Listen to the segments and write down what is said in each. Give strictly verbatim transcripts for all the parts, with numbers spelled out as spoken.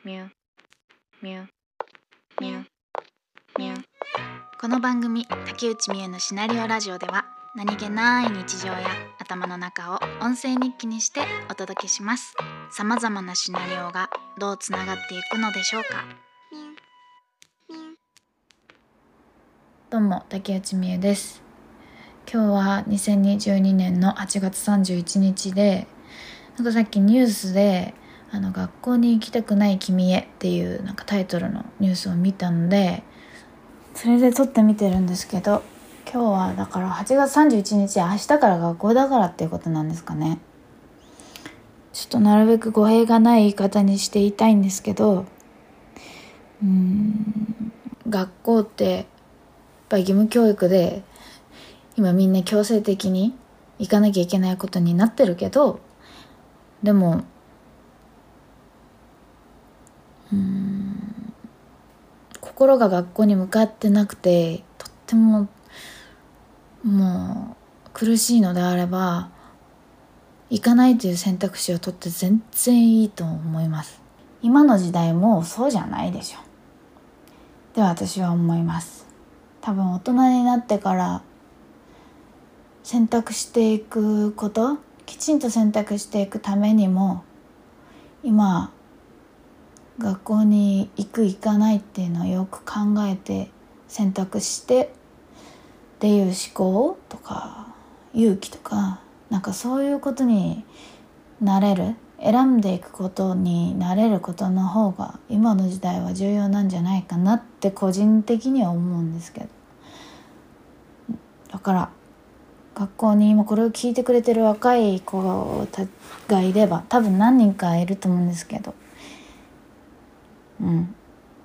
ミュミュミュミュ。この番組竹内美恵のシナリオラジオでは、何気ない日常や頭の中を音声日記にしてお届けします。さまざまなシナリオがどうつながっていくのでしょうか。どうも竹内美恵です。今日はにせんにじゅうにねんのはちがつさんじゅういちにちで、なんかさっきニュースであの学校に行きたくない君へっていうなんかタイトルのニュースを見たので、それで撮ってみてるんですけど、今日はだからはちがつさんじゅういちにち、明日から学校だからっていうことなんですかね。ちょっとなるべく語弊がない言い方にして言いたいんですけど、うーん学校ってやっぱり義務教育で今みんな強制的に行かなきゃいけないことになってるけど、でもうーん心が学校に向かってなくて、とってももう苦しいのであれば、行かないという選択肢を取って全然いいと思います。今の時代もそうじゃないでしょ。では私は思います。多分大人になってから選択していくこと、きちんと選択していくためにも、今学校に行く行かないっていうのをよく考えて選択してっていう思考とか勇気とか、なんかそういうことになれる、選んでいくことになれることの方が今の時代は重要なんじゃないかなって個人的には思うんですけど、だから学校に今これを聞いてくれてる若い子がいれば、多分何人かいると思うんですけど、うん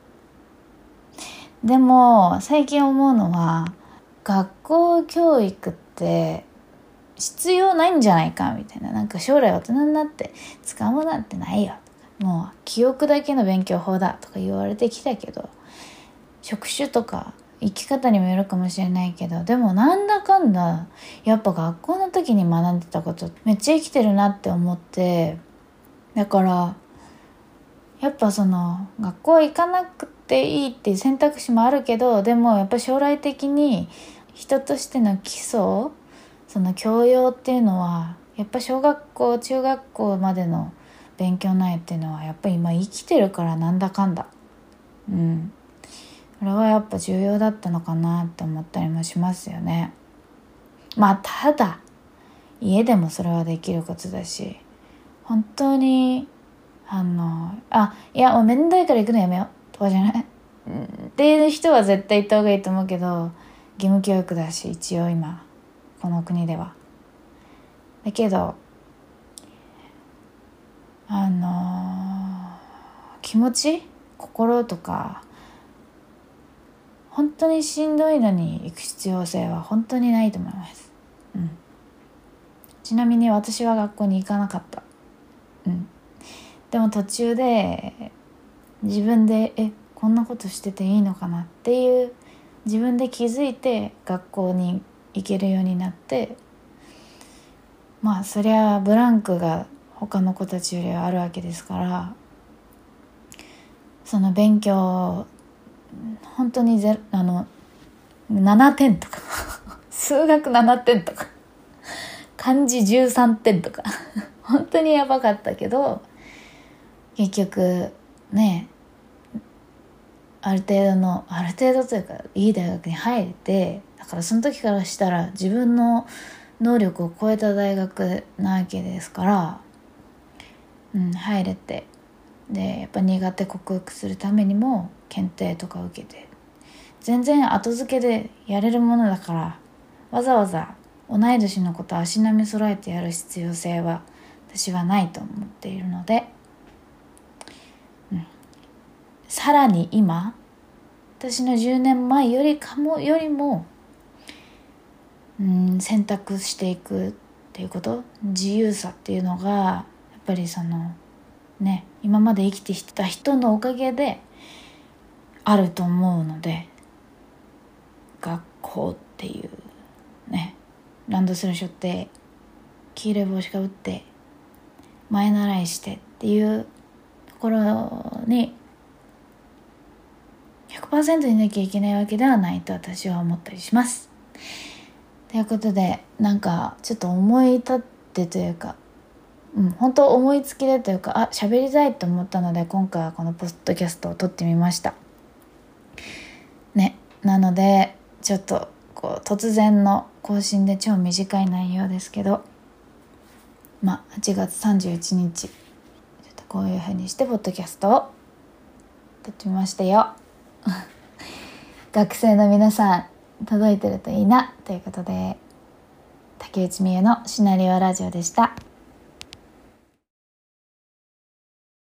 でも最近思うのは、学校教育って必要ないんじゃないかみたいな、なんか将来大人になって使うものなんてないよとか、もう記憶だけの勉強法だとか言われてきたけど、職種とか生き方にもよるかもしれないけど、でもなんだかんだやっぱ学校の時に学んでたことめっちゃ生きてるなって思って、だからやっぱその学校行かなくていいっていう選択肢もあるけど、でもやっぱ将来的に人としての基礎、その教養っていうのはやっぱ小学校中学校までの勉強内容っていうのはやっぱり今生きてるから、なんだかんだうんこれはやっぱ重要だったのかなって思ったりもしますよね。まあただ家でもそれはできることだし、本当にあのあいやもうめんどいから行くのやめようとかじゃないっていう人は絶対行った方がいいと思うけど、義務教育だし一応今この国では。だけどあの気持ち心とか本当にしんどいのに行く必要性は本当にないと思います、うん、ちなみに私は学校に行かなかった、うん、でも途中で自分でえこんなことしてていいのかなっていう自分で気づいて学校に行けるようになって、まあそりゃブランクが他の子たちよりはあるわけですから、その勉強本当にゼあのななてんとか数学ななてんとか漢字じゅうさんてんとか本当にやばかったけど、結局ねある程度のある程度というかいい大学に入れて、だからその時からしたら自分の能力を超えた大学なわけですから、うん、入れて、でやっぱ苦手克服するためにも検定とか受けて、全然後付けでやれるものだから、わざわざ同い年の子と足並み揃えてやる必要性は私はないと思っているので、うん、さらに今私のじゅうねんまえよりかもよりも、うん、選択していくっていうこと、自由さっていうのがやっぱりそのね今まで生きてきた人のおかげであると思うので、学校っていうねランドセル背負って黄色い帽子かぶって前習いしてっていうころに ひゃくパーセント いなきゃいけないわけではないと私は思ったりします。ということで、なんかちょっと思い立ってというか、うん、本当思いつきでというか、あ、喋りたいと思ったので今回はこのポッドキャストを撮ってみましたね。なのでちょっとこう突然の更新で超短い内容ですけど、まあはちがつさんじゅういちにちちょっとこういう風にしてポッドキャストを撮ってみましたよ学生の皆さん届いてるといいなということで、竹内美優のシナリオラジオでした。